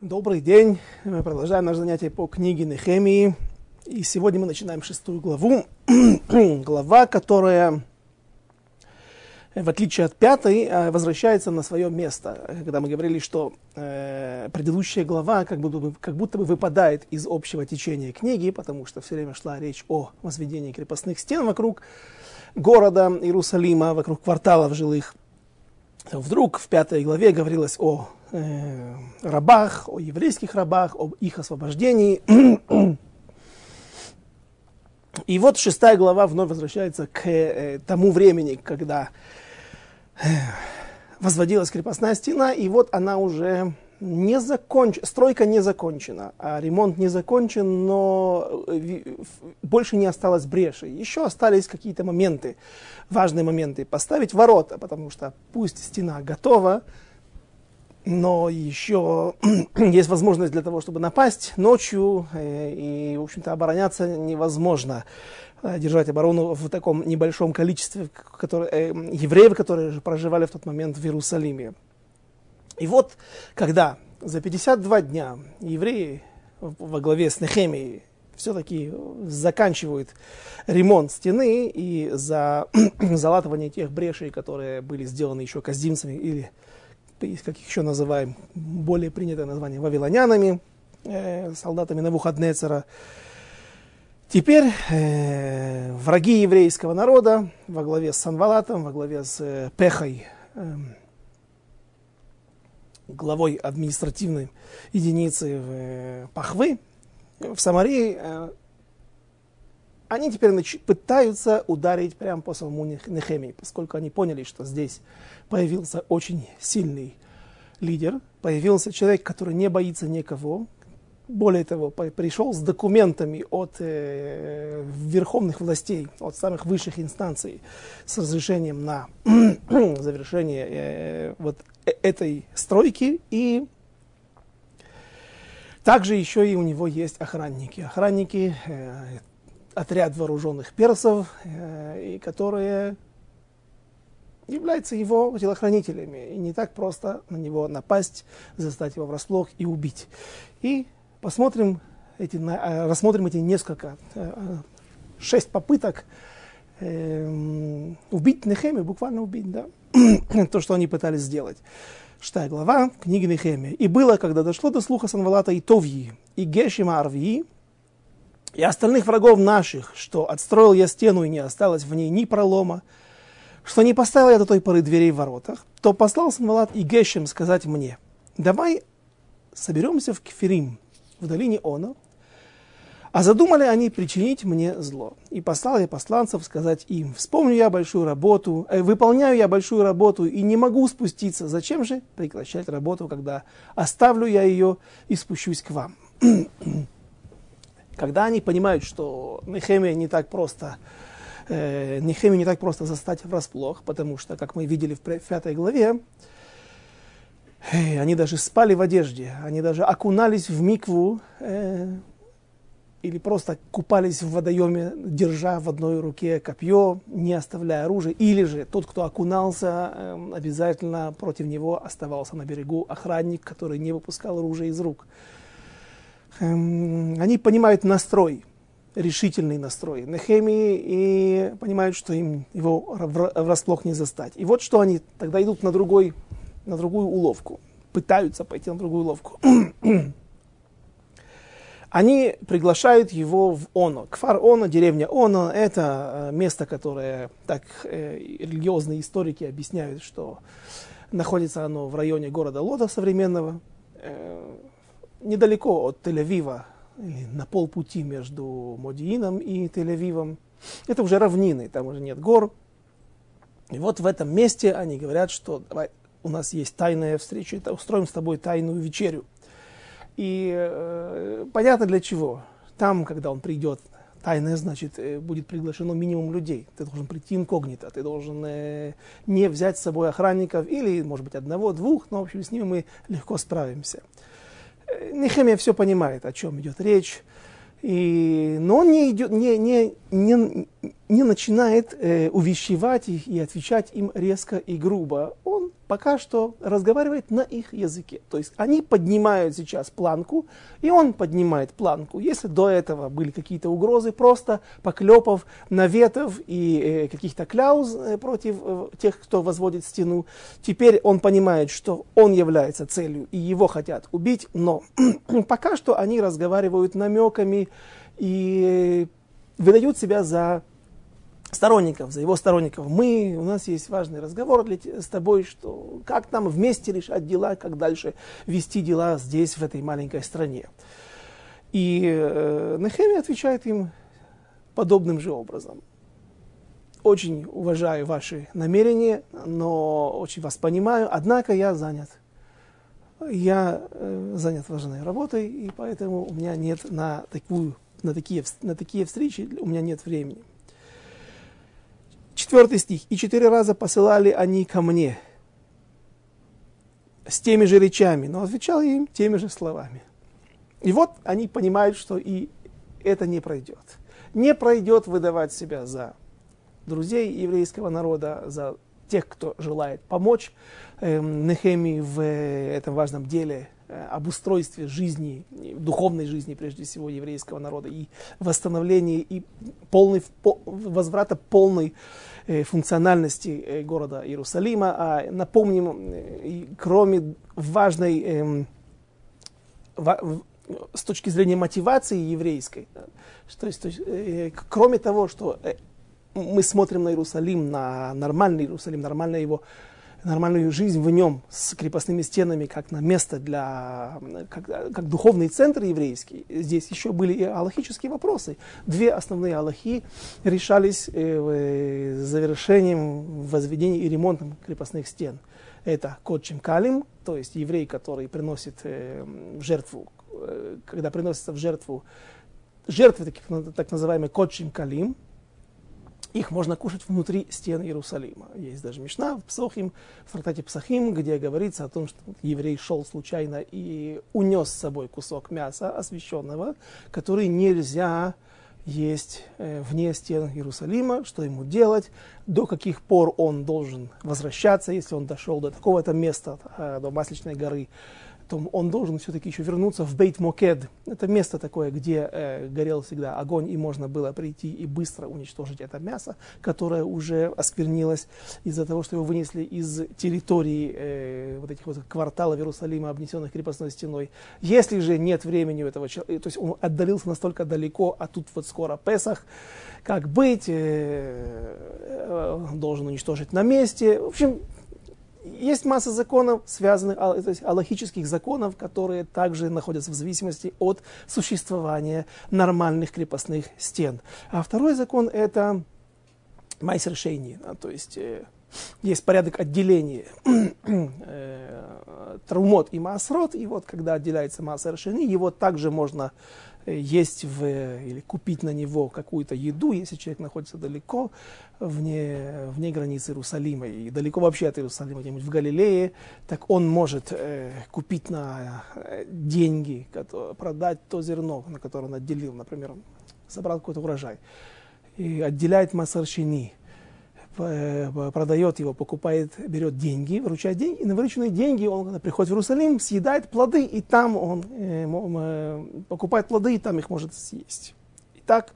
Добрый день. Мы продолжаем наше занятие по книге Нехемии. И сегодня мы начинаем 6 главу. Глава, которая, в отличие от 5, возвращается на свое место. Когда мы говорили, что предыдущая глава как будто бы выпадает из общего течения книги, потому что все время шла речь о возведении крепостных стен вокруг города Иерусалима, вокруг кварталов жилых. Вдруг в 5 главе говорилось о рабах, о еврейских рабах, об их освобождении. И вот 6 глава вновь возвращается к тому времени, когда возводилась крепостная стена, и вот она уже не закончена, стройка не закончена, а ремонт не закончен, но больше не осталось брешей. Еще остались какие-то моменты, важные моменты. Поставить ворота, потому что пусть стена готова, но еще есть возможность для того, чтобы напасть ночью, и, в общем-то, обороняться невозможно. Держать оборону в таком небольшом количестве евреев, которые проживали в тот момент в Иерусалиме. И вот, когда за 52 дня евреи во главе с Нехемией все-таки заканчивают ремонт стены и залатывание тех брешей, которые были сделаны еще каздимцами или, как их еще называем, более принятое название, вавилонянами, солдатами Навуходнецера. Теперь враги еврейского народа во главе с Санбалатом, во главе с Пехой, главой административной единицы Пахвы в Самарии, они теперь пытаются ударить прямо по самому Нехемии, поскольку они поняли, что здесь появился очень сильный лидер, появился человек, который не боится никого. Более того, пришел с документами от верховных властей, от самых высших инстанций, с разрешением на завершение этой стройки. И также еще и у него есть охранники. Охранники, отряд вооруженных персов, которые являются его телохранителями. И не так просто на него напасть, застать его врасплох и убить. И рассмотрим эти несколько, 6 попыток убить Нехемию, буквально убить, да, то, что они пытались сделать. 6 глава книги Нехемия. «И было, когда дошло до слуха Санбалата и Товьи, и Гешема Арвии, и остальных врагов наших, что отстроил я стену, и не осталось в ней ни пролома, что не поставил я до той поры дверей в воротах, то послал Санбалат и Гешем сказать мне: давай соберемся в Кфирим, в долине Оно, а задумали они причинить мне зло. И послал я посланцев сказать им: вспомню я большую работу, выполняю я большую работу и не могу спуститься. Зачем же прекращать работу, когда оставлю я ее и спущусь к вам? Когда они понимают, что Нехемию не так просто застать врасплох, потому что, как мы видели в 5 главе, они даже спали в одежде, они даже окунались в микву или просто купались в водоеме, держа в одной руке копье, не оставляя оружия. Или же тот, кто окунался, обязательно против него оставался на берегу охранник, который не выпускал оружие из рук. Они понимают настрой, решительный настрой Нехемии, и понимают, что им его врасплох не застать. И вот что они тогда идут на другую уловку, пытаются пойти на другую уловку. Они приглашают его в Оно. Кфар Оно, деревня Оно, это место, которое так религиозные историки объясняют, что находится оно в районе города Лода современного, недалеко от Тель-Авива, или на полпути между Модиином и Тель-Авивом. Это уже равнины, там уже нет гор. И вот в этом месте они говорят, что давай, у нас есть тайная встреча, устроим с тобой тайную вечерю. И понятно для чего. Там, когда он придет, тайное, значит, будет приглашено минимум людей. Ты должен прийти инкогнито, ты должен не взять с собой охранников, или, может быть, 1-2, но, в общем, с ними мы легко справимся. Нехемия все понимает, о чем идет речь, но он не начинает увещевать их и отвечать им резко и грубо. Он пока что разговаривает на их языке. То есть они поднимают сейчас планку, и он поднимает планку. Если до этого были какие-то угрозы, просто поклепов, наветов и каких-то кляуз против тех, кто возводит стену, теперь он понимает, что он является целью, и его хотят убить, но пока что они разговаривают намеками и выдают себя за сторонников, за его сторонников. У нас есть важный разговор с тобой, что как нам вместе решать дела, как дальше вести дела здесь, в этой маленькой стране. И Нехемия отвечает им подобным же образом. Очень уважаю ваши намерения, но очень вас понимаю, однако я занят. Я занят важной работой, и поэтому у меня нет на такие встречи, у меня нет времени. 4 стих. «И 4 раза посылали они ко мне с теми же речами, но отвечал я им теми же словами». И вот они понимают, что и это не пройдет. Не пройдет выдавать себя за друзей еврейского народа, за тех, кто желает помочь Нехемии в этом важном деле об устройстве жизни, духовной жизни, прежде всего, еврейского народа, и восстановлении, и возврата полной функциональности города Иерусалима. А напомним, кроме важной, с точки зрения мотивации еврейской, кроме того, что мы смотрим на Иерусалим, на нормальный Иерусалим, нормальную жизнь в нем с крепостными стенами, как на место как духовный центр еврейский. Здесь еще были и алахические вопросы. 2 основные алахи решались завершением возведения и ремонтом крепостных стен. Это кодшим калим, то есть еврей, который приносит в жертву, когда приносится в жертву жертвы, так называемые кодшим калим, их можно кушать внутри стен Иерусалима. Есть даже Мишна в трактате Псахим, где говорится о том, что еврей шел случайно и унес с собой кусок мяса освященного, который нельзя есть вне стен Иерусалима. Что ему делать? До каких пор он должен возвращаться, если он дошел до такого-то места, до Масличной горы, то он должен все-таки еще вернуться в Бейт-Мокед. Это место такое, где горел всегда огонь, и можно было прийти и быстро уничтожить это мясо, которое уже осквернилось из-за того, что его вынесли из территории вот этих вот кварталов Иерусалима, обнесенных крепостной стеной. Если же нет времени у этого человека, то есть он отдалился настолько далеко, а тут вот скоро Песах, как быть, должен уничтожить на месте. В общем, есть масса законов, связанных, то есть алахических законов, которые также находятся в зависимости от существования нормальных крепостных стен. А второй закон – это майсер шейни, то есть есть порядок отделения трумот и маасрот, и вот когда отделяется майсер шейни, его также можно есть или купить на него какую-то еду, если человек находится далеко, вне границ Иерусалима, и далеко вообще от Иерусалима, где-нибудь в Галилее, так он может купить на деньги, продать то зерно, на которое он отделил, например, он собрал какой-то урожай, и отделяет масар шейни, продает его, покупает, берет деньги, вручает деньги, и на вырученные деньги он, когда приходит в Иерусалим, съедает плоды, и там он покупает плоды, и там их может съесть. Итак,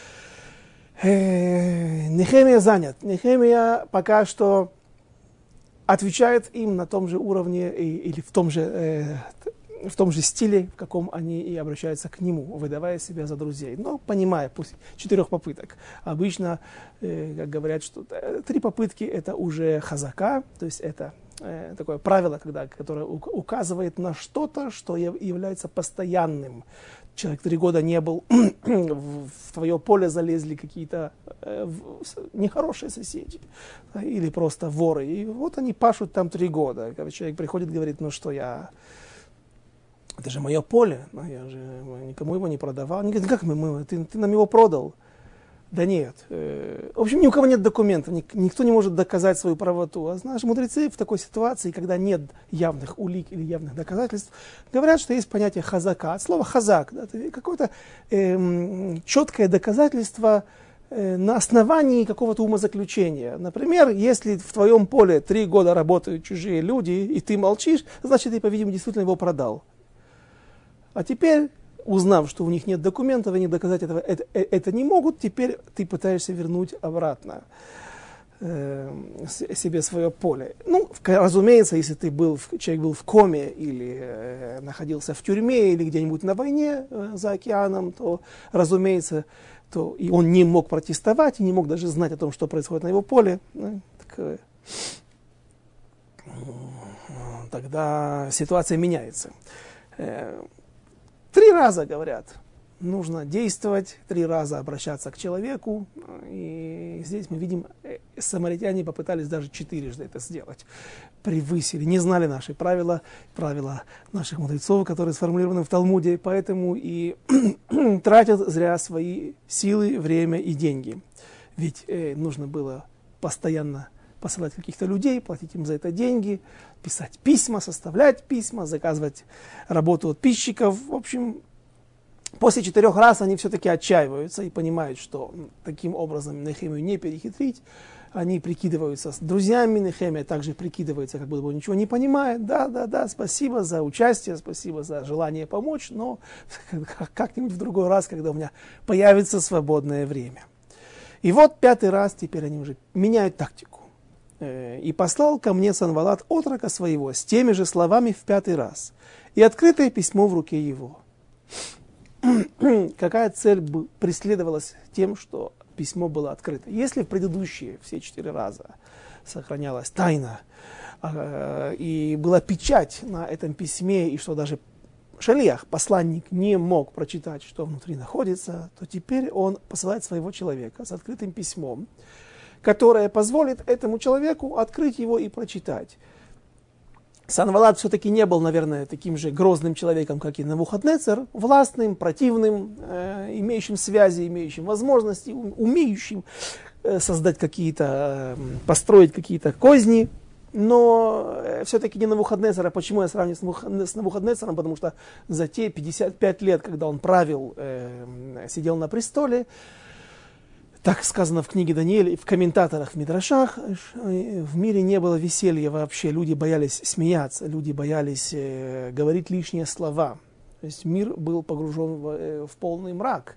Нехемия занят. Нехемия пока что отвечает им на том же уровне или в том же стиле, в каком они и обращаются к нему, выдавая себя за друзей. Но понимая, пусть 4 попыток. Обычно, как говорят, что 3 попытки это уже хазака, то есть это такое правило, которое указывает на что-то, что является постоянным. Человек 3 года не был, в твое поле залезли какие-то нехорошие соседи или просто воры. И вот они пашут там 3 года. Когда человек приходит и говорит, ну что это же мое поле, я же никому его не продавал. Они говорят, как ты нам его продал? Да нет. В общем, ни у кого нет документов, никто не может доказать свою правоту. А знаешь, мудрецы в такой ситуации, когда нет явных улик или явных доказательств, говорят, что есть понятие хазака. От слова хазак, да, это какое-то четкое доказательство на основании какого-то умозаключения. Например, если в твоем поле 3 года работают чужие люди, и ты молчишь, значит, ты, по-видимому, действительно его продал. А теперь, узнав, что у них нет документов, они доказать это не могут, теперь ты пытаешься вернуть обратно себе свое поле. Ну, разумеется, если человек был в коме или находился в тюрьме или где-нибудь на войне за океаном, то, разумеется, и он не мог протестовать, и не мог даже знать о том, что происходит на его поле, тогда ситуация меняется. 3 раза, говорят, нужно действовать, 3 раза обращаться к человеку. И здесь мы видим, самаритяне попытались даже 4-жды это сделать. Превысили, не знали наши правила наших мудрецов, которые сформулированы в Талмуде, поэтому и тратят зря свои силы, время и деньги. Ведь нужно было постоянно посылать каких-то людей, платить им за это деньги, писать письма, составлять письма, заказывать работу от писчиков. В общем, после 4 раз они все-таки отчаиваются и понимают, что таким образом Нехемию не перехитрить. Они прикидываются с друзьями, Нехемия также прикидывается, как будто бы ничего не понимает. Да, спасибо за участие, спасибо за желание помочь, но как-нибудь в другой раз, когда у меня появится свободное время. И вот 5 раз теперь они уже меняют тактику. «И послал ко мне Санвалат отрока своего с теми же словами в 5 раз, и открытое письмо в руке его». Какая цель преследовалась тем, что письмо было открыто? Если в предыдущие все 4 раза сохранялась тайна, и была печать на этом письме, и что даже шалиах, посланник, не мог прочитать, что внутри находится, то теперь он посылает своего человека с открытым письмом, которое позволит этому человеку открыть его и прочитать. Санвалат все-таки не был, наверное, таким же грозным человеком, как и Навуходнецер, властным, противным, имеющим связи, имеющим возможности, умеющим создать построить какие-то козни. Но все-таки не Навуходнецер. А почему я сравниваю с Навуходнецером? Потому что за те 55 лет, когда он правил, сидел на престоле, так сказано в книге Даниэля и в комментаторах в Мидрашах, в мире не было веселья вообще. Люди боялись смеяться, люди боялись говорить лишние слова. То есть мир был погружен в полный мрак.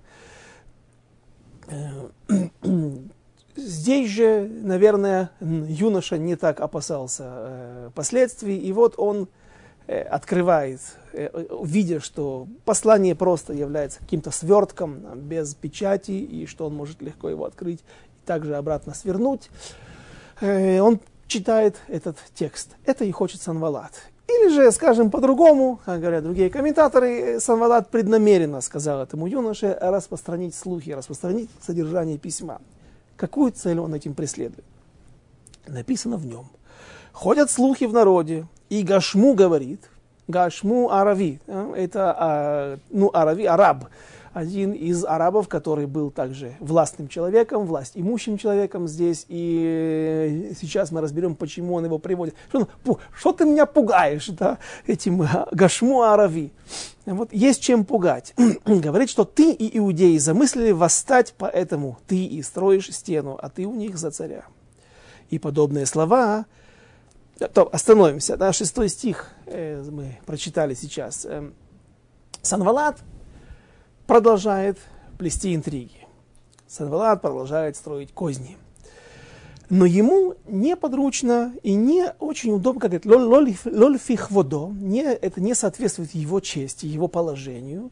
Здесь же, наверное, юноша не так опасался последствий. И вот он открывает, видя, что послание просто является каким-то свертком без печати, и что он может легко его открыть и также обратно свернуть. Он читает этот текст. Это и хочет Санвалат. Или же, скажем по-другому, как говорят другие комментаторы, Санвалат преднамеренно сказал этому юноше распространить слухи, распространить содержание письма. Какую цель он этим преследует? Написано в нем. Ходят слухи в народе, и Гашму говорит, Гашму Арави, это Арави, араб, один из арабов, который был также властным человеком, власть имущим человеком здесь, и сейчас мы разберем, почему он его приводит. Что ты меня пугаешь, да, этим Гашму Арави? Вот есть чем пугать. Говорит, что ты и иудеи замыслили восстать, поэтому ты и строишь стену, а ты у них за царя. И подобные слова. То, остановимся. Да, 6 стих мы прочитали сейчас. Санвалат продолжает плести интриги. Санвалат продолжает строить козни. Но ему неподручно и не очень удобно, как говорит, лольфихводо, это не соответствует его чести, его положению,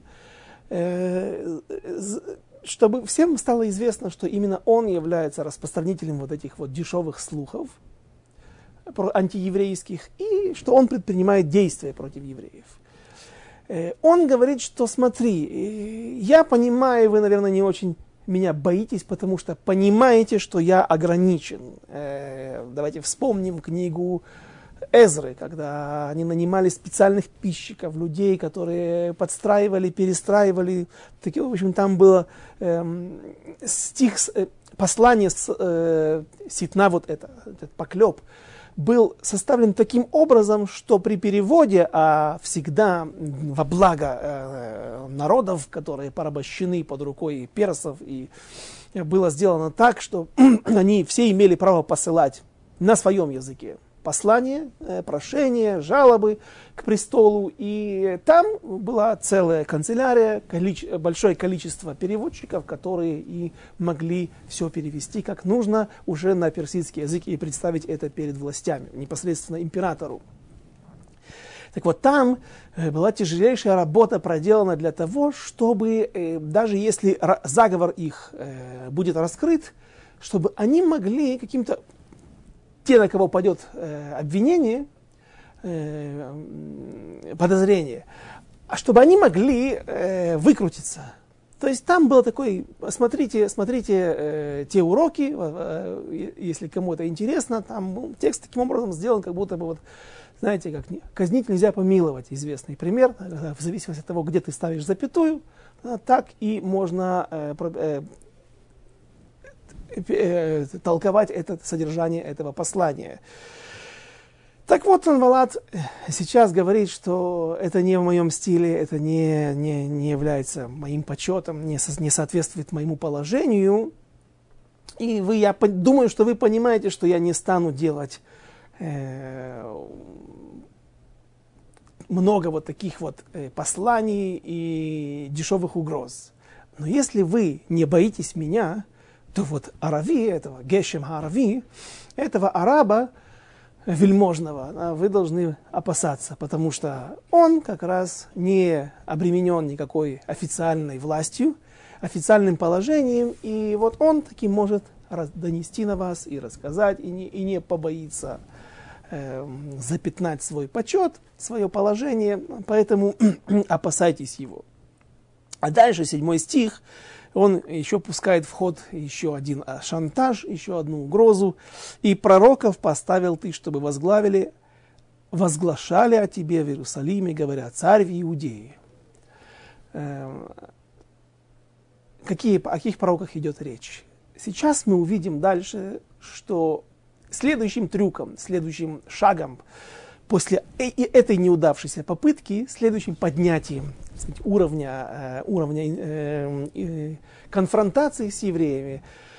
чтобы всем стало известно, что именно он является распространителем вот этих вот дешевых слухов антиеврейских, и что он предпринимает действия против евреев. Он говорит, что смотри, я понимаю, вы, наверное, не очень меня боитесь, потому что понимаете, что я ограничен. Давайте вспомним книгу Эзры, когда они нанимали специальных писчиков, людей, которые подстраивали, перестраивали. В общем, там было стих, послание Ситна, вот этот поклеп, был составлен таким образом, что при переводе, а всегда во благо народов, которые порабощены под рукой персов, и было сделано так, что они все имели право посылать на своем языке послания, прошения, жалобы к престолу. И там была целая канцелярия, большое количество переводчиков, которые и могли все перевести как нужно уже на персидский язык и представить это перед властями, непосредственно императору. Так вот, там была тяжелейшая работа проделана для того, чтобы, даже если заговор их будет раскрыт, чтобы они могли каким-то, те, на кого пойдет обвинение, подозрение, а чтобы они могли выкрутиться. То есть там было такой, смотрите те уроки, если кому это интересно, там текст таким образом сделан, как будто бы, вот, знаете, как казнить нельзя помиловать, известный пример, в зависимости от того, где ты ставишь запятую, так и можно толковать это содержание этого послания. Так вот, Санбалат сейчас говорит, что это не в моем стиле, это не является моим почетом, не соответствует моему положению. И я думаю, что вы понимаете, что я не стану делать много вот таких вот посланий и дешевых угроз. Но если вы не боитесь меня, то вот Арави, этого Гешем Арави, этого араба вельможного, вы должны опасаться, потому что он как раз не обременен никакой официальной властью, официальным положением, и вот он таки может донести на вас и рассказать, и не побоится запятнать свой почет, свое положение, поэтому опасайтесь его. А дальше 7 стих, он еще пускает в ход еще один шантаж, еще одну угрозу. «И пророков поставил ты, чтобы возглашали о тебе в Иерусалиме, говоря, царь в Иудее». О каких пророках идет речь? Сейчас мы увидим дальше, что следующим трюком, следующим шагом после этой неудавшейся попытки, следующим поднятием уровня конфронтации с евреями,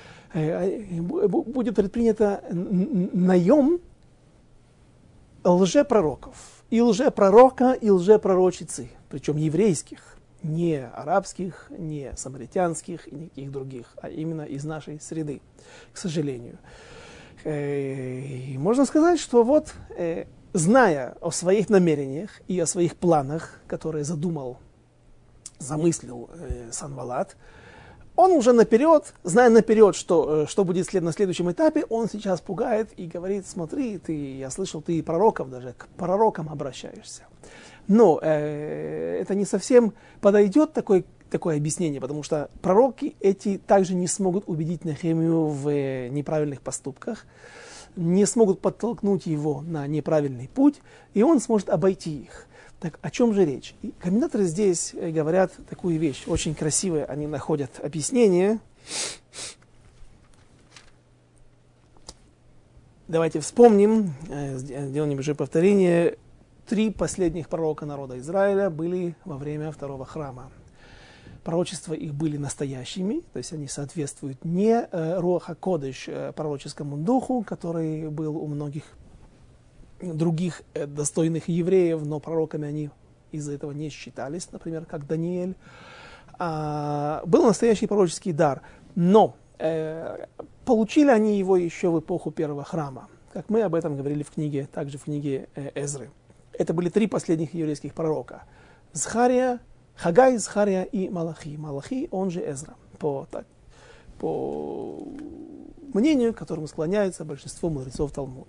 будет предпринято наем лжепророков. И лжепророка, и лжепророчицы, причем еврейских, не арабских, не самаритянских и никаких других, а именно из нашей среды, к сожалению. И можно сказать, что вот, зная о своих намерениях и о своих планах, которые замыслил Санбалат, он уже наперед, зная наперед, что будет на следующем этапе, он сейчас пугает и говорит: смотри, я слышал, ты пророков даже, к пророкам обращаешься. Но это не совсем подойдет такое объяснение, потому что пророки эти также не смогут убедить Нехемию в неправильных поступках, не смогут подтолкнуть его на неправильный путь, и он сможет обойти их. Так о чем же речь? И комментаторы здесь говорят такую вещь, очень красивое, они находят объяснение. Давайте вспомним, сделаем небольшое повторение. 3 последних пророка народа Израиля были во время второго храма. Пророчества их были настоящими, то есть они соответствуют не Руах ха-Кодеш, пророческому духу, который был у многих других достойных евреев, но пророками они из-за этого не считались, например, как Даниэль. Был настоящий пророческий дар, но получили они его еще в эпоху первого храма, как мы об этом говорили также в книге Эзры. Это были 3 последних еврейских пророка: Захария, Хагай, Захария и Малахи. Малахи, он же Эзра, по мнению, к которому склоняется большинство мудрецов Талмуда.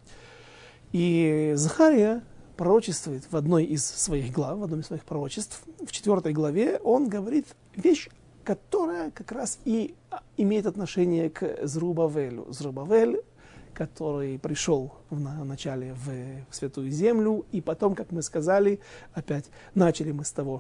И Захария пророчествует в одной из своих глав, в одном из своих пророчеств, в 4 главе, он говорит вещь, которая как раз и имеет отношение к Зрубавелю. Зрубавель, который пришел вначале в Святую Землю, и потом, как мы сказали, опять начали мы с того,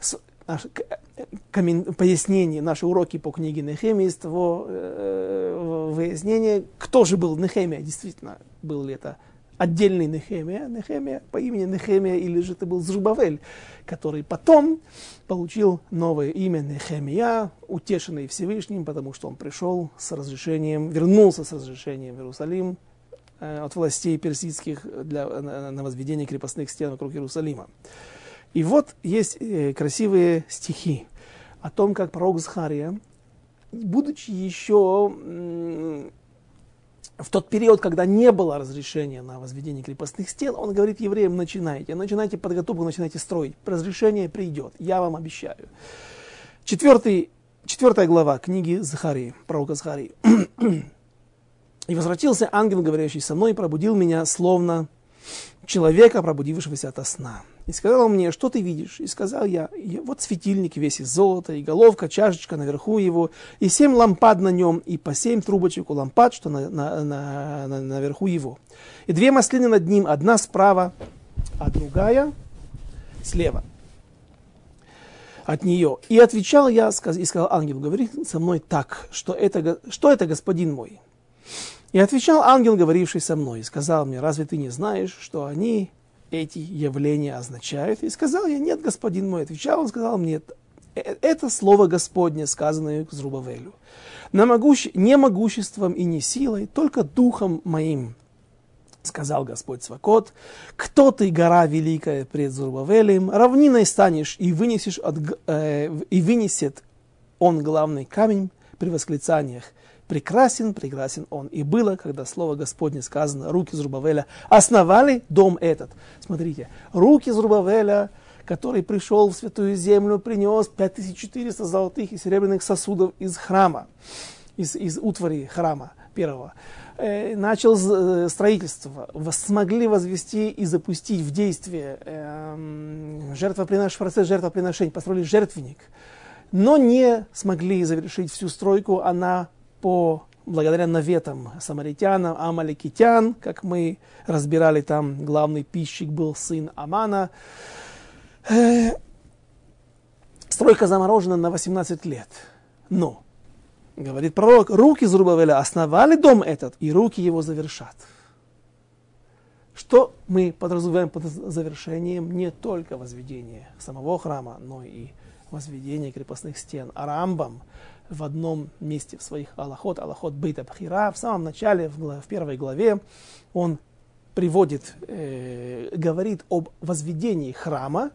пояснение, наши уроки по книге Нехемии, с того выяснения, кто же был Нехемия, действительно, был ли это отдельный Нехемия по имени Нехемия, или же это был Зрубавель, который потом получил новое имя Нехемия, утешенный Всевышним, потому что он пришел с разрешением, вернулся с разрешением в Иерусалим от властей персидских на возведение крепостных стен вокруг Иерусалима. И вот есть красивые стихи о том, как пророк Захария, будучи еще в тот период, когда не было разрешения на возведение крепостных стен, он говорит евреям: начинайте подготовку, начинайте строить. Разрешение придет, я вам обещаю. 4 глава книги Захарии, пророка Захарии. «И возвратился ангел, говорящий со мной, и пробудил меня, словно человека, пробудившегося ото сна. И сказал он мне: что ты видишь? И сказал я: вот светильник весь из золота, и головка, чашечка наверху его, и 7 лампад на нем, и по 7 трубочек у лампад, что наверху его. И 2 маслины над ним, одна справа, а другая слева от нее. И отвечал я, и сказал ангел: говори со мной так, что это, господин мой? И отвечал ангел, говоривший со мной, и сказал мне: разве ты не знаешь, что они, эти явления, означают? И сказал я: нет, господин мой. Отвечал он, сказал мне: это слово Господне, сказанное к Зрубавелю. Не могуществом и не силой, только духом моим, сказал Господь Цвакот. Кто ты, гора великая пред Зрубавелем? Равниной станешь, и вынесет он главный камень при восклицаниях. Прекрасен, прекрасен он. И было, когда слово Господне сказано: руки Зрубавеля основали дом этот. Смотрите, руки Зрубавеля, который пришел в Святую Землю, принес 5400 золотых и серебряных сосудов из храма, из утвари храма первого. Начал строительство, смогли возвести и запустить в действие процесс жертвоприношений, построили жертвенник, но не смогли завершить всю стройку. Она благодаря наветам самаритянам, амаликитян, как мы разбирали, там главный пищик был сын Амана. Стройка заморожена на 18 лет. Но, говорит пророк, руки Зрубавеля основали дом этот, и руки его завершат. Что мы подразумеваем под завершением? Не только возведение самого храма, но и возведение крепостных стен. А Рамбам в одном месте в своих алахот Бейт Абхира, в самом начале, в 1 главе, он говорит об возведении храма,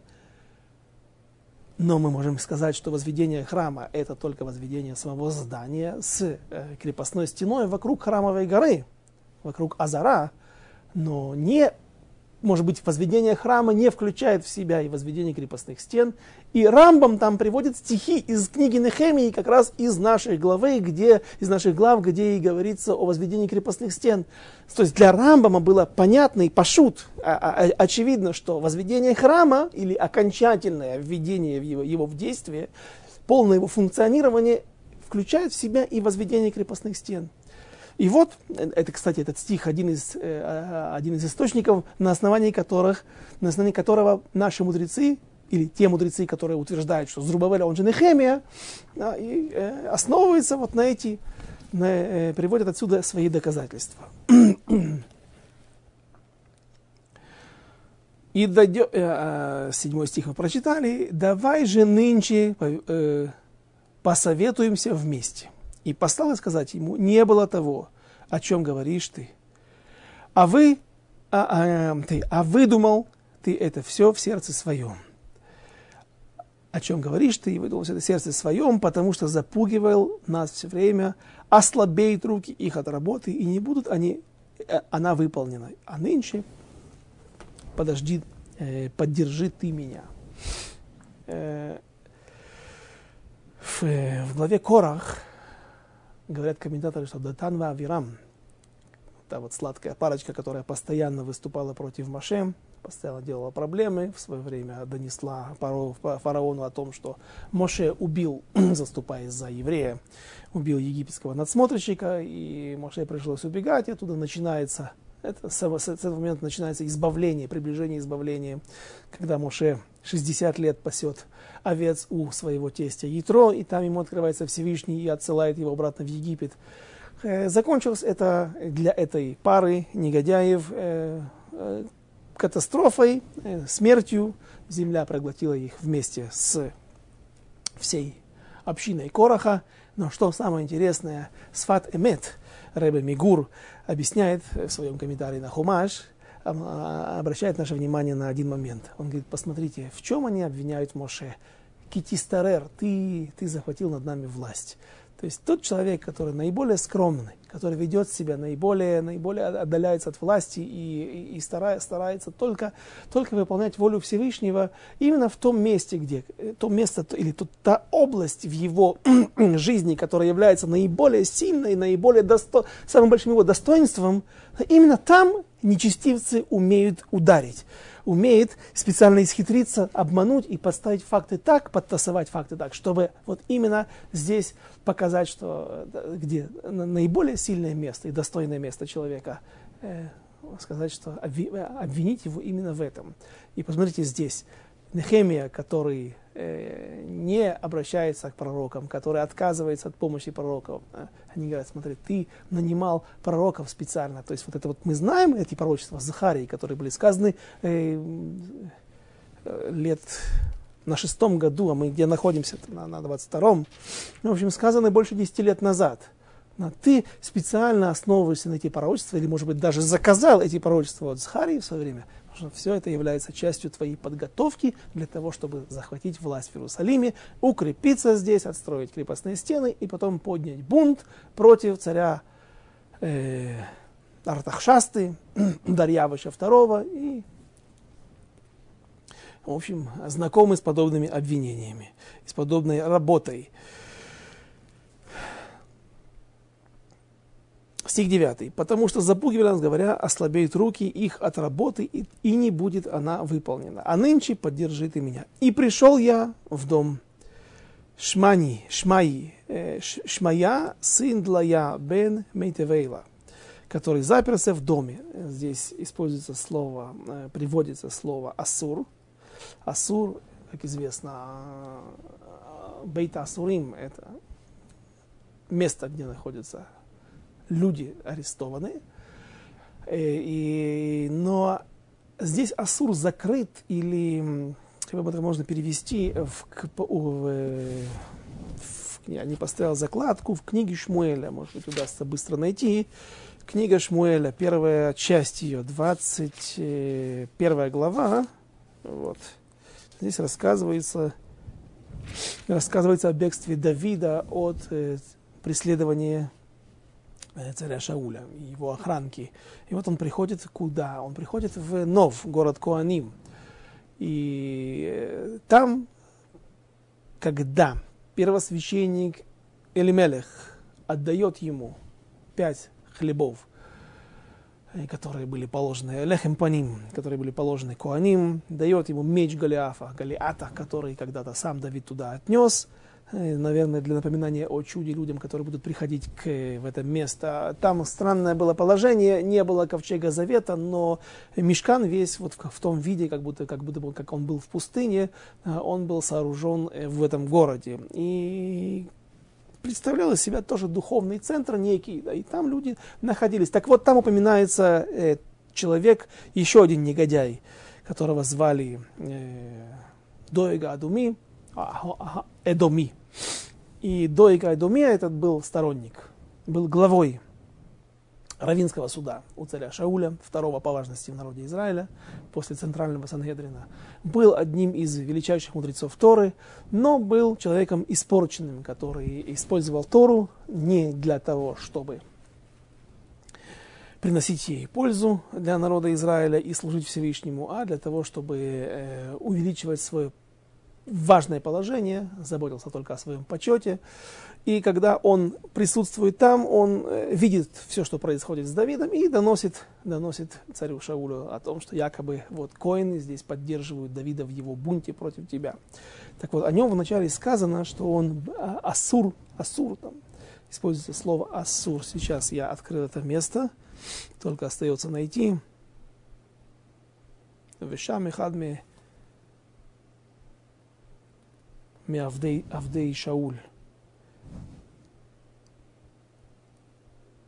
но мы можем сказать, что возведение храма – это только возведение самого здания с крепостной стеной вокруг храмовой горы, вокруг Азара, но может быть, возведение храма не включает в себя и возведение крепостных стен. И Рамбам там приводит стихи из книги Нехемии, как раз из наших глав, где и говорится о возведении крепостных стен. То есть для Рамбама было понятно и пашут, очевидно, что возведение храма или окончательное введение его в действие, полное его функционирование включает в себя и возведение крепостных стен. И вот, это, кстати, этот стих один из источников, на основании которого наши мудрецы, или те мудрецы, которые утверждают, что Зрубавель, он же Нехемия, основываются вот на эти, приводят отсюда свои доказательства. И 7 стих мы прочитали: «Давай же нынче посоветуемся вместе». И послал сказать ему: не было того, о чем говоришь ты. А выдумал ты это все в сердце своем. О чем говоришь ты, и выдумал все это в сердце своем, потому что запугивал нас все время, ослабеют руки их от работы, и не будут она выполнена. А нынче поддержи ты меня. В главе Корах говорят комментаторы, что Датан ва Авирам, та вот сладкая парочка, которая постоянно выступала против Моше, постоянно делала проблемы, в свое время донесла фараону о том, что Моше убил, заступаясь за еврея, убил египетского надсмотрщика, и Моше пришлось убегать, и оттуда начинается, с этого момента начинается избавление, приближение избавления, когда Моше 60 лет пасет овец у своего тестя Ятро, и там ему открывается Всевышний и отсылает его обратно в Египет. Закончилось это для этой пары негодяев катастрофой, смертью. Земля проглотила их вместе с всей общиной Кораха. Но что самое интересное, Сфат Эмет, Ребе Мигур, объясняет в своем комментарии на Хумаш, обращает наше внимание на один момент. Он говорит, посмотрите, в чем они обвиняют Моше? Китистарер, ты захватил над нами власть. То есть тот человек, который наиболее скромный, который ведет себя наиболее отдаляется от власти и старается только выполнять волю Всевышнего, именно в том месте, то место или та область в его жизни, которая является наиболее сильной, самым большим его достоинством, именно там нечестивцы умеют ударить, умеют специально исхитриться, обмануть и подставить факты так, подтасовать факты так, чтобы вот именно здесь показать, что где наиболее сильное место и достойное место человека, сказать, что обвинить его именно в этом. И посмотрите здесь, Нехемия, который не обращается к пророкам, который отказывается от помощи пророков. Они говорят, смотри, ты нанимал пророков специально. То есть вот это вот мы знаем эти пророчества Захарии, которые были сказаны лет на 6-м году, а мы где находимся, на 22-м. В общем, сказаны больше 10 лет назад. Но ты специально основываешься на эти пророчества, или, может быть, даже заказал эти пророчества от Захарии в свое время, потому что все это является частью твоей подготовки для того, чтобы захватить власть в Иерусалиме, укрепиться здесь, отстроить крепостные стены и потом поднять бунт против царя Артахшасты, Дарьявыша II и, в общем, знакомы с подобными обвинениями, с подобной работой. Стих 9. «Потому что запугивали нас, говоря, ослабеют руки их от работы, и не будет она выполнена. А нынче поддержи ты меня. И пришел я в дом Шмая, сын Длая, бен Мейтевейла, который заперся в доме». Здесь используется слово, приводится слово «асур». Асур, как известно, Бейт Асурим – это место, где находятся люди арестованы, но здесь Асур закрыт, или, как бы это можно перевести, я не поставил закладку, в книге Шмуэля, может быть, удастся быстро найти. Книга Шмуэля, первая часть ее, 21 глава, вот. Здесь рассказывается о бегстве Давида от преследования царя Шауля и его охранки. И вот он приходит куда? Он приходит в Нов, город Коаним. И там, когда первосвященник Элимелех отдает ему 5 хлебов, которые были положены Лехем Паним, которые были положены Коаним, дает ему меч Голиата, который когда-то сам Давид туда отнес, наверное, для напоминания о чуде людям, которые будут приходить в это место. Там странное было положение, не было ковчега завета, но мишкан весь вот в том виде, как он был в пустыне, он был сооружен в этом городе. И представлял из себя тоже духовный центр некий, да, и там люди находились. Так вот, там упоминается человек, еще один негодяй, которого звали Доега Эдоми. И Доега Эдомия этот был сторонник, был главой раввинского суда у царя Шауля, второго по важности в народе Израиля, после центрального Сангедрина. Был одним из величайших мудрецов Торы, но был человеком испорченным, который использовал Тору не для того, чтобы приносить ей пользу для народа Израиля и служить Всевышнему, а для того, чтобы увеличивать свое важное положение, заботился только о своем почете. И когда он присутствует там, он видит все, что происходит с Давидом, и доносит царю Шаулю о том, что якобы вот коины здесь поддерживают Давида в его бунте против тебя. Так вот, о нем вначале сказано, что он Асур, там используется слово Асур. Сейчас я открыл это место, только остается найти. Вешам эхадме Авдей Шауль.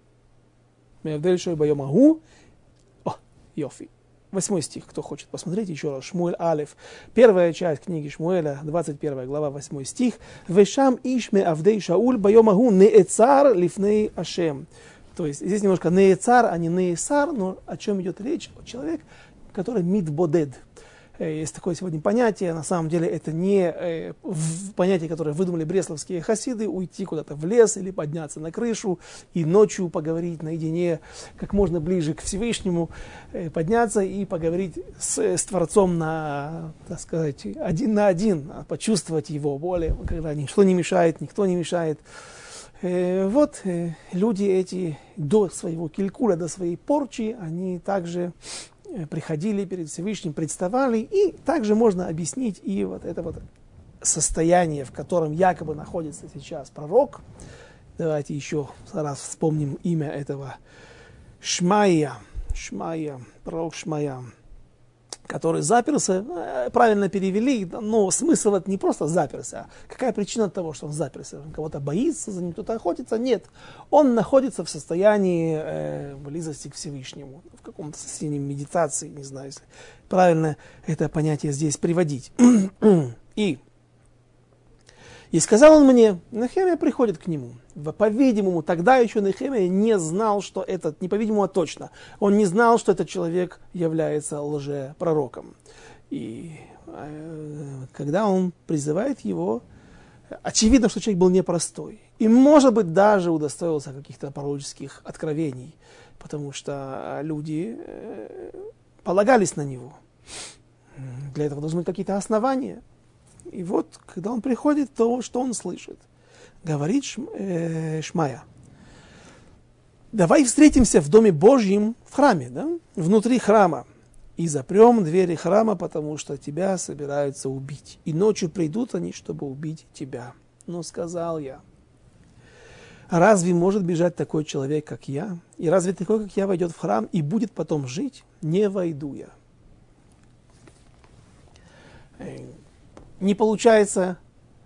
Меавдель шой байом агу. О, Йофи. 8 стих, кто хочет посмотреть еще раз. Шмуэль Алеф. Первая часть книги Шмуэля, 21 глава, 8 стих. Вешам ишме авдей Шауль байом агу неэцар лифней Ашем. То есть здесь немножко неэцар, а не неэсар, но о чем идет речь? Человек, который мидбодед. Есть такое сегодня понятие, на самом деле это не понятие, которое выдумали бресловские хасиды, уйти куда-то в лес или подняться на крышу и ночью поговорить наедине как можно ближе к Всевышнему, подняться и поговорить с Творцом так сказать, один на один, почувствовать его боль, когда ничто не мешает, никто не мешает. Вот люди эти до своего килькуля, до своей порчи, они также приходили перед Всевышним, представали, и также можно объяснить и вот это вот состояние, в котором якобы находится сейчас пророк. Давайте еще раз вспомним имя этого Шмая, пророк Шмая, который заперся, правильно перевели, но смысл это не просто заперся, а какая причина того, что он заперся? Он кого-то боится, за ним кто-то охотится? Нет. Он находится в состоянии близости к Всевышнему, в каком-то состоянии медитации, не знаю, если правильно это понятие здесь приводить. И сказал он мне, Нехемия приходит к нему. По-видимому, тогда еще Нехемия не знал, что этот, не по-видимому, а точно, он не знал, что этот человек является лжепророком. И когда он призывает его, очевидно, что человек был непростой. И, может быть, даже удостоился каких-то пророческих откровений, потому что люди полагались на него. Для этого должны быть какие-то основания. И вот, когда он приходит, то что он слышит? Говорит Шмая: давай встретимся в Доме Божьем, в храме, да? Внутри храма, и запрем двери храма, потому что тебя собираются убить. И ночью придут они, чтобы убить тебя. Но сказал я: разве может бежать такой человек, как я? И разве такой, как я, войдет в храм и будет потом жить? Не войду я. Не получается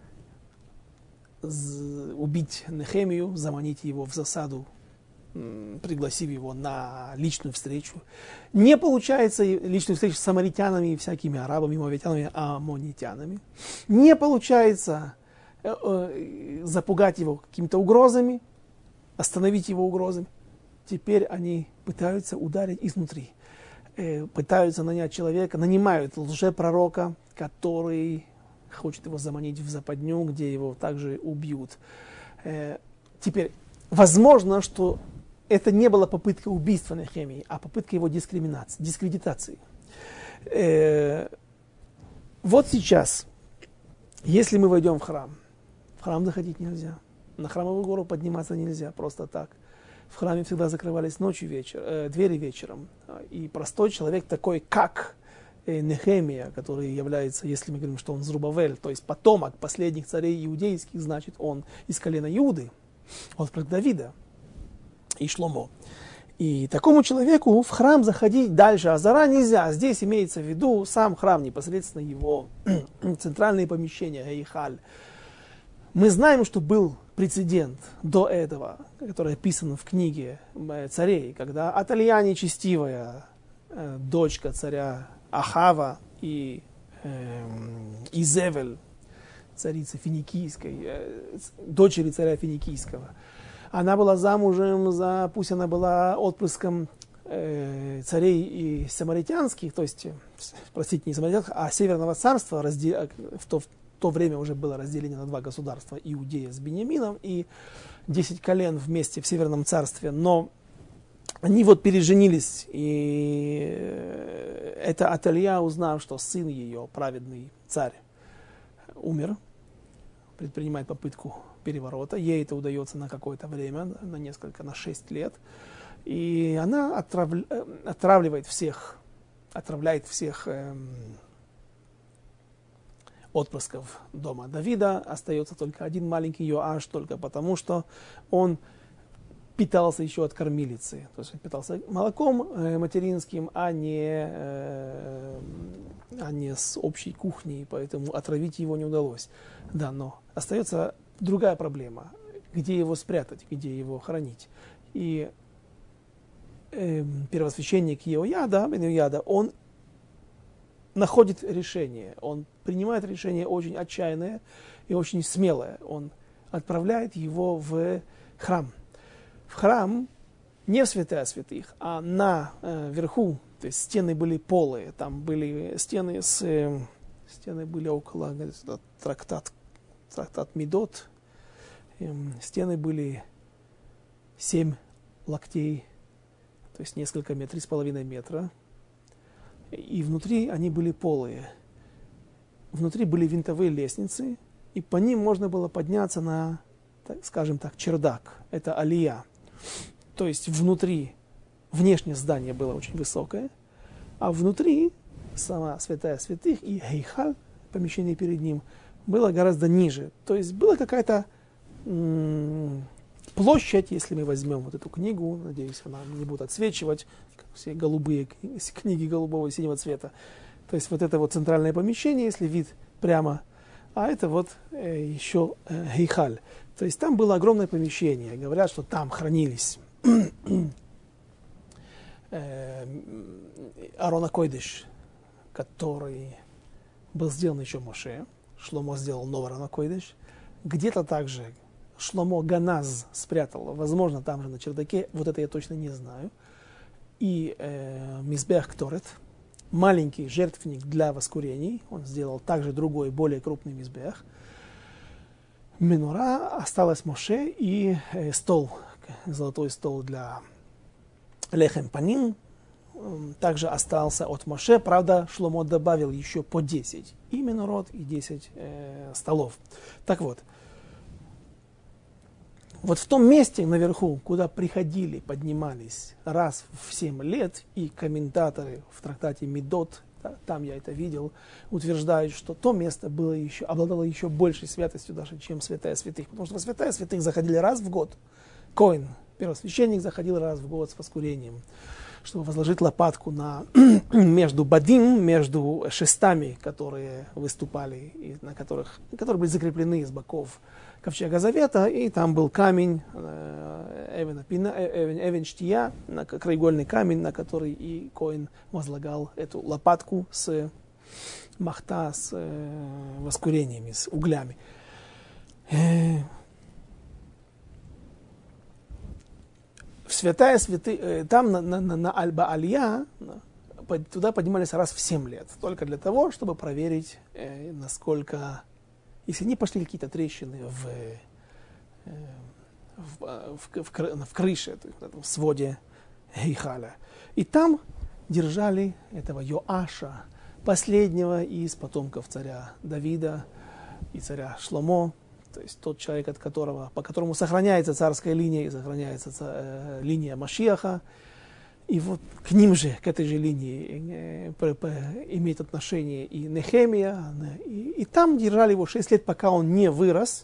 убить Нехемию, заманить его в засаду, пригласив его на личную встречу. Не получается личную встречу с самаритянами и всякими арабами, моавитянами, аммонитянами. Не получается запугать его какими-то угрозами, остановить его угрозами. Теперь они пытаются ударить изнутри. Пытаются нанять человека, нанимают лжепророка, который хочет его заманить в западню, где его также убьют. Теперь, возможно, что это не была попытка убийства Нехемии, а попытка его дискредитации. Вот сейчас, если мы войдем в храм заходить нельзя, на храмовую гору подниматься нельзя просто так. В храме всегда закрывались ночью двери вечером. И простой человек, такой как Нехемия, который является, если мы говорим, что он Зрубавель, то есть потомок последних царей иудейских, значит, он из колена Иуды, от Давида и Шломо. И такому человеку в храм заходить дальше Азара нельзя. Здесь имеется в виду сам храм, непосредственно его центральные помещения, Эйхаль. Мы знаем, что был прецедент до этого, который описан в книге царей, когда Аталья нечестивая, дочка царя Ахава и Изевель, царицы Финикийской, дочери царя Финикийского, она была замужем пусть она была отпрыском царей и самаритянских, то есть, простите, не самаритянских, а Северного царства, в то время уже было разделение на два государства, Иудея с Беньямином, и 10 колен вместе в Северном царстве, но они вот переженились, и эта Аталья, узнав, что сын ее, праведный царь, умер, предпринимает попытку переворота, ей это удается на какое-то время, на 6 лет, и она отравляет всех отпрысков дома Давида. Остается только один маленький Йоаш, только потому, что он питался еще от кормилицы. То есть он питался молоком материнским, а не с общей кухней, поэтому отравить его не удалось. Да, но остается другая проблема. Где его спрятать, где его хранить. И первосвященник Иояда, он находит решение, он принимает решение очень отчаянное и очень смелое. Он отправляет его в храм. В храм не в святая святых, а наверху, то есть стены были полые, там были стены были около трактат Медот, стены были 7 локтей, то есть несколько метров, 3,5 метра. И внутри они были полые. Внутри были винтовые лестницы, и по ним можно было подняться на, скажем так, чердак. Это алия. То есть внутри, внешнее здание было очень высокое, а внутри сама святая святых и гейхаль, помещение перед ним, было гораздо ниже. То есть была какая-то площадь, если мы возьмем вот эту книгу, надеюсь, она не будет отсвечивать, как все голубые книги голубого и синего цвета. То есть вот это вот центральное помещение, если вид прямо, а это вот еще гейхаль. То есть там было огромное помещение. Говорят, что там хранились Арон ха-Койдеш, который был сделан еще Моше. Шломо сделал новый Арон ха-Койдеш. Где-то также Шломо Ганаз спрятал, возможно, там же на чердаке, вот это я точно не знаю. И Мизбех Кторет, маленький жертвенник для воскурений, он сделал также другой, более крупный Мизбех. Менора осталась Моше и стол, золотой стол для Лехем Паним, также остался от Моше, правда, Шломо добавил еще по 10, и менорот, и 10 столов. Так вот, вот в том месте наверху, куда приходили, поднимались раз в 7 лет, и комментаторы в трактате Медот, там я это видел, утверждают, что то место было обладало еще большей святостью даже, чем святая святых. Потому что святая святых заходили раз в год. Коэн, первосвященник, заходил раз в год с воскурением, чтобы возложить лопатку между бадим, между шестами, которые выступали, и которые были закреплены с боков ковчега завета, и там был камень, эвен штия, краеугольный камень, на который и Коэн возлагал эту лопатку с махта, с воскурениями, с углями. В святая святых, там на Аль-Ба'алия, туда поднимались раз в 7 лет, только для того, чтобы проверить, насколько, если не пошли какие-то трещины в крыше, то есть в своде гейхаля. И там держали этого Йоаша, последнего из потомков царя Давида и царя Шломо, то есть тот человек, по которому сохраняется царская линия и сохраняется линия Машиаха. И вот к ним же, к этой же линии имеет отношение и Нехемия. И там держали его 6 лет, пока он не вырос.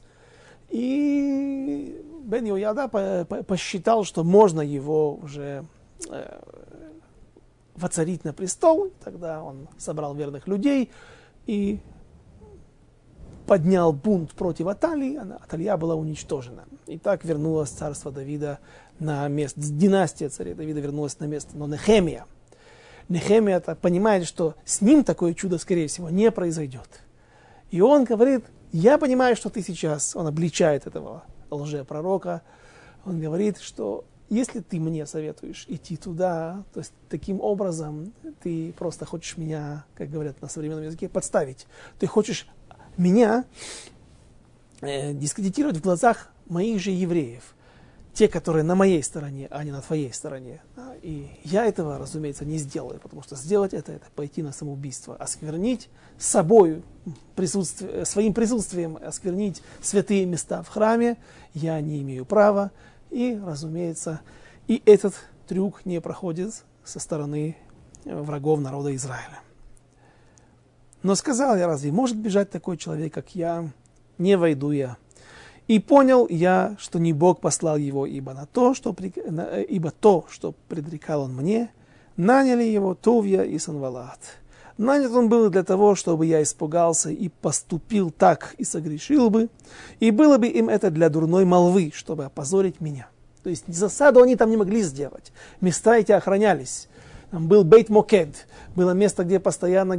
И Бен Йояда посчитал, что можно его уже воцарить на престол. Тогда он собрал верных людей и поднял бунт против Аталии, Аталия была уничтожена. И так вернулось царство Давида на место, династия царя Давида вернулась на место. Но Нехемия понимает, что с ним такое чудо, скорее всего, не произойдет. И он говорит, я понимаю, что ты сейчас, он обличает этого лжепророка, он говорит, что если ты мне советуешь идти туда, то есть таким образом ты просто хочешь меня, как говорят на современном языке, подставить. Ты хочешь меня дискредитировать в глазах моих же евреев, те, которые на моей стороне, а не на твоей стороне. И я этого, разумеется, не сделаю, потому что сделать это пойти на самоубийство, осквернить собой, своим присутствием, осквернить святые места в храме я не имею права. И, разумеется, и этот трюк не проходит со стороны врагов народа Израиля. Но сказал я, разве может бежать такой человек, как я? Не войду я. И понял я, что не Бог послал его, ибо то, что предрекал он мне, наняли его Товья и Санвалат. Нанят он был для того, чтобы я испугался и поступил так, и согрешил бы, и было бы им это для дурной молвы, чтобы опозорить меня. То есть засаду они там не могли сделать. Места эти охранялись. Там был Бейт Мокед, было место, где постоянно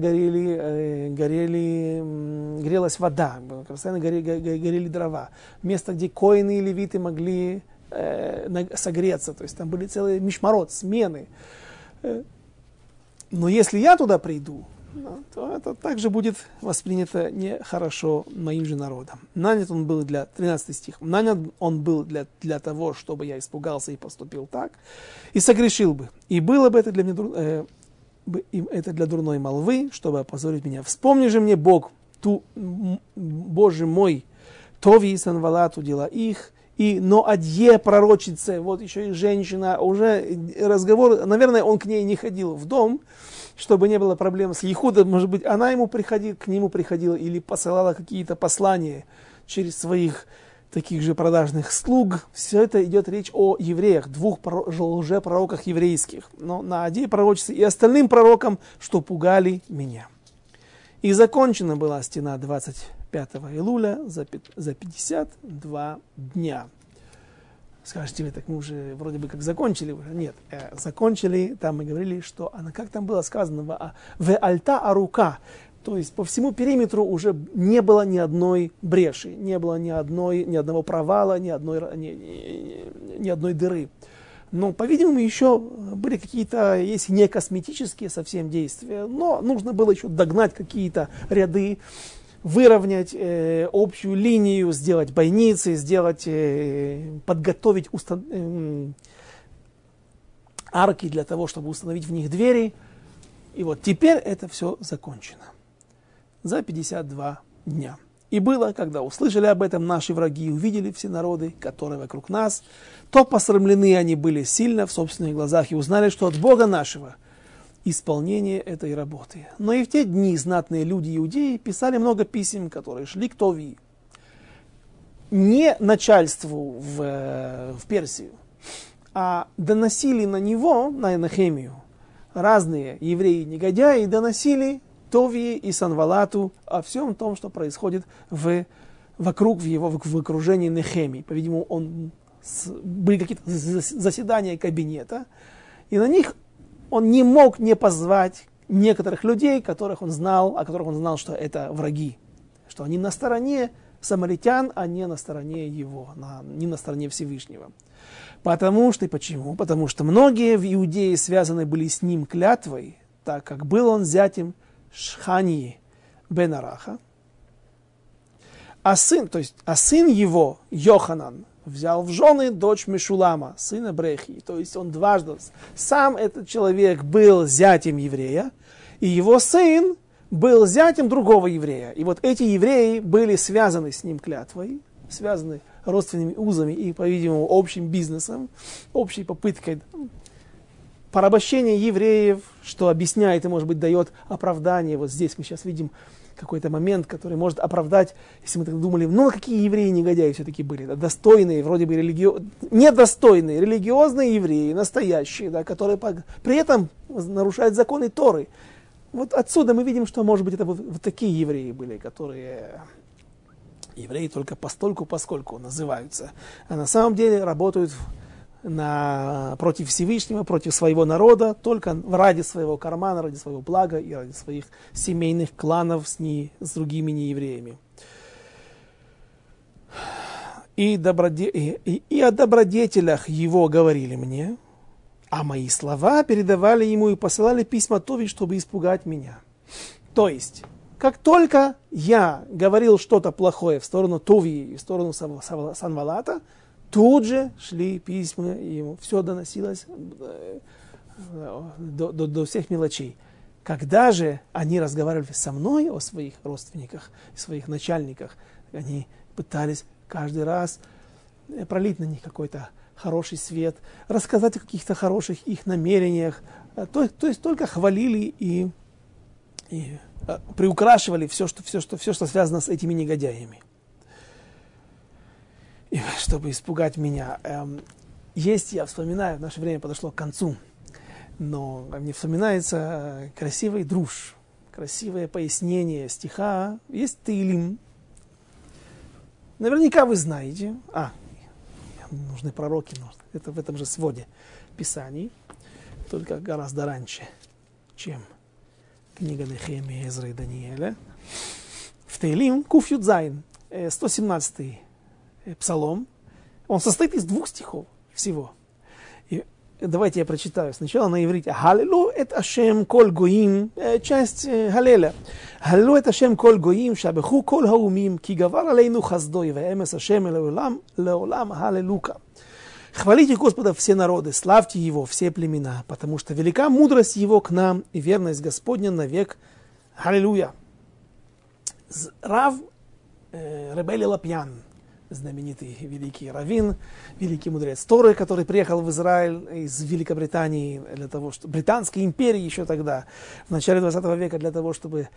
грелась вода, постоянно горели дрова. Место, где коины и левиты могли согреться. То есть там были целые мишмарот, смены. Но если я туда приду, то это также будет воспринято нехорошо моим же народом. Нанят он был 13 стих, нанят он был для того, чтобы я испугался и поступил так, и согрешил бы. И было бы это для меня это для дурной молвы, чтобы опозорить меня. Вспомни же мне, Бог, Боже мой, Тови и Санвалату дела их, и Ноадье пророчице, вот еще и женщина, уже разговор, наверное, он к ней не ходил в дом, чтобы не было проблем с Ехудом, может быть, она к нему приходила или посылала какие-то послания через своих таких же продажных слуг. Все это идет речь о евреях, двух лжепророках еврейских, но Ноадье пророчице и остальным пророкам, что пугали меня. И закончена была стена 25 Илуля за 52 дня. Скажете вы, так мы уже вроде бы как закончили. Нет, закончили, там мы говорили, что она, как там было сказано, в альта арука, то есть по всему периметру уже не было ни одной бреши, не было ни одного провала, ни одной дыры. Но, по-видимому, еще были какие-то, если не косметические совсем действия, но нужно было еще догнать какие-то ряды, выровнять общую линию, сделать бойницы, подготовить арки для того, чтобы установить в них двери. И вот теперь это все закончено. За 52 дня. И было, когда услышали об этом наши враги и увидели все народы, которые вокруг нас, то посрамлены они были сильно в собственных глазах и узнали, что от Бога нашего исполнение этой работы. Но и в те дни знатные люди иудеи писали много писем, которые шли к Тови. Не начальству в Персию, а доносили на него, на Нехемию, разные евреи-негодяи, доносили Тови и Санвалату о всем том, что происходит в окружении Нехемии. По-видимому, были какие-то заседания кабинета, и на них он не мог не позвать некоторых людей, о которых он знал, что это враги, что они на стороне самаритян, а не на стороне его, не на стороне Всевышнего. Почему? Потому что многие в Иудее связаны были с ним клятвой, так как был он зятем Шхании бен Араха, а сын его, Йоханан, взял в жены дочь Мешулама, сына Брехи. То есть он дважды, сам этот человек был зятем еврея, и его сын был зятем другого еврея. И вот эти евреи были связаны с ним клятвой, связаны родственными узами и, по-видимому, общим бизнесом, общей попыткой порабощения евреев, что объясняет и, может быть, дает оправдание. Вот здесь мы сейчас видим какой-то момент, который может оправдать, если мы так думали, какие евреи негодяи все-таки были, да, достойные, вроде бы недостойные, религиозные евреи, настоящие, да, которые при этом нарушают законы Торы. Вот отсюда мы видим, что, может быть, это вот такие евреи были, которые евреи только постольку-поскольку называются, а на самом деле работают против Всевышнего, против своего народа, только ради своего кармана, ради своего блага и ради своих семейных кланов с другими неевреями. И о добродетелях его говорили мне, а мои слова передавали ему и посылали письма Тови, чтобы испугать меня. То есть, как только я говорил что-то плохое в сторону Тови и в сторону Санвалата, тут же шли письма, и ему все доносилось до всех мелочей. Когда же они разговаривали со мной о своих родственниках, своих начальниках, они пытались каждый раз пролить на них какой-то хороший свет, рассказать о каких-то хороших их намерениях, то есть только хвалили и приукрашивали все, что связано с этими негодяями. И чтобы испугать меня. Я вспоминаю, наше время подошло к концу, но мне вспоминается красивый друж, красивое пояснение стиха. Есть Теилим. Наверняка вы знаете. нужны пророки. Это в этом же своде Писаний, только гораздо раньше, чем книга Нехемии, Эзры и Даниэля. В Теилим Куф Юд Зайн, 117-й псалом, он состоит из 2 стихов всего. И давайте я прочитаю сначала на иврите. Халелу эт Ашем коль гоим, часть Халеля. Халелу эт Ашем коль гоим, шабеху коль хаумим, ки гавар алейну хаздой, ваэмес Ашем леолам халелука. Хвалите Господа все народы, славьте Его все племена, потому что велика мудрость Его к нам и верность Господня навек. Аллилуйя. Рав Ребби Элиэл Лопьян, знаменитый великий раввин, великий мудрец Торы, который приехал в Израиль из Великобритании для того, чтобы британской империи еще тогда, в начале 20 века, для того, чтобы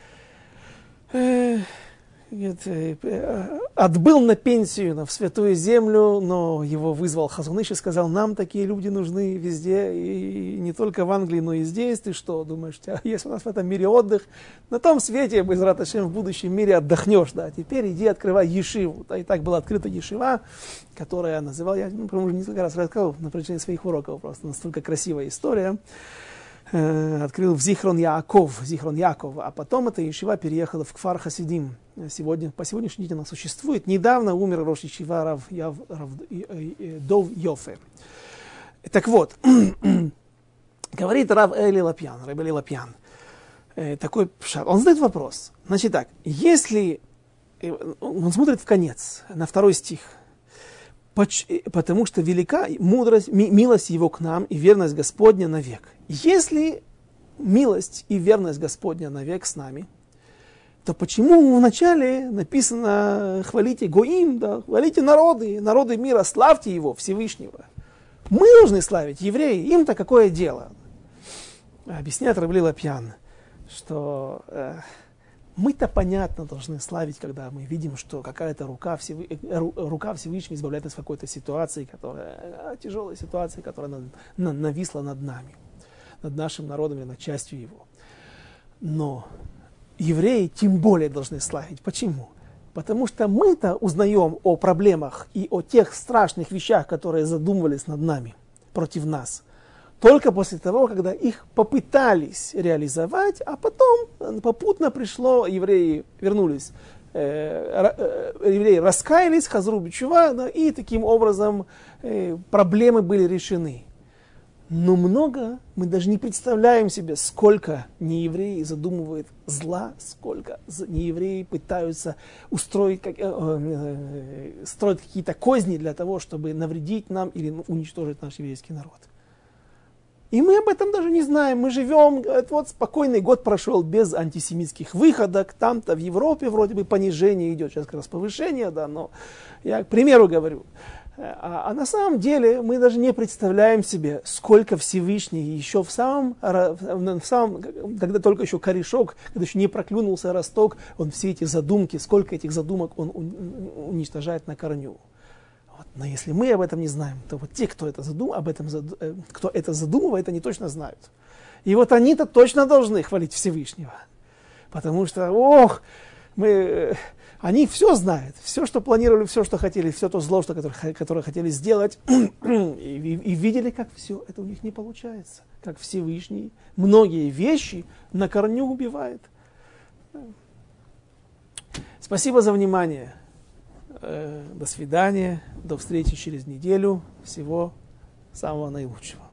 отбыл на пенсию в Святую Землю, но его вызвал Хазон Иш и сказал: нам такие люди нужны везде, и не только в Англии, но и здесь. Ты что, думаешь, есть у нас в этом мире отдых? На том свете, Бе'эзрат Ашем, в будущем мире отдохнешь, да. Теперь иди открывай ешиву. И так была открыта ешива, которая называл, я, по-моему, уже несколько раз рассказывал на протяжении своих уроков, просто настолько красивая история. Открыл в Зихрон Яков, а потом эта ешива переехала в Кфар Хасидим. Сегодня, по сегодняшний день она существует. Недавно умер рош ешива Рав Дов Йофе. Так вот, говорит Рав Ребби Элиэл Лопьян, такой пшат. Он задает вопрос. Значит так, если он смотрит в конец, на 2 стих, потому что велика мудрость, милость Его к нам и верность Господня навек. Если милость и верность Господня навек с нами, то почему вначале написано «хвалите Гоим», да, хвалите народы мира, славьте Его, Всевышнего? Мы должны славить, евреи, им-то какое дело? Объясняет Ребби Элиэл Лопьян, что мы-то, понятно, должны славить, когда мы видим, что какая-то рука Всевышнего избавляет нас в какой-то ситуации, тяжелой ситуации, которая нависла над нами, над нашим народом и над частью его. Но евреи тем более должны славить. Почему? Потому что мы-то узнаем о проблемах и о тех страшных вещах, которые задумывались над нами, против нас, только после того, когда их попытались реализовать, а потом попутно евреи вернулись, евреи раскаялись, хазру б'тшува, да, и таким образом проблемы были решены. Но мы даже не представляем себе, сколько неевреи задумывают зла, сколько неевреи пытаются строить какие-то козни для того, чтобы навредить нам или уничтожить наш еврейский народ. И мы об этом даже не знаем. Мы живем, вот спокойный год прошел без антисемитских выходок. Там-то в Европе вроде бы понижение идет, сейчас как раз повышение, да, но я к примеру говорю. А на самом деле мы даже не представляем себе, сколько Всевышний еще когда только еще корешок, когда еще не проклюнулся росток, он все эти задумки, сколько этих задумок он уничтожает на корню. Вот. Но если мы об этом не знаем, то вот те, кто это задумывает, они точно знают. И вот они-то точно должны хвалить Всевышнего. Потому что, они все знают, все, что планировали, все, что хотели, все то зло, которое хотели сделать, и видели, как все это у них не получается. Как Всевышний многие вещи на корню убивает. Спасибо за внимание. До свидания. До встречи через неделю. Всего самого наилучшего.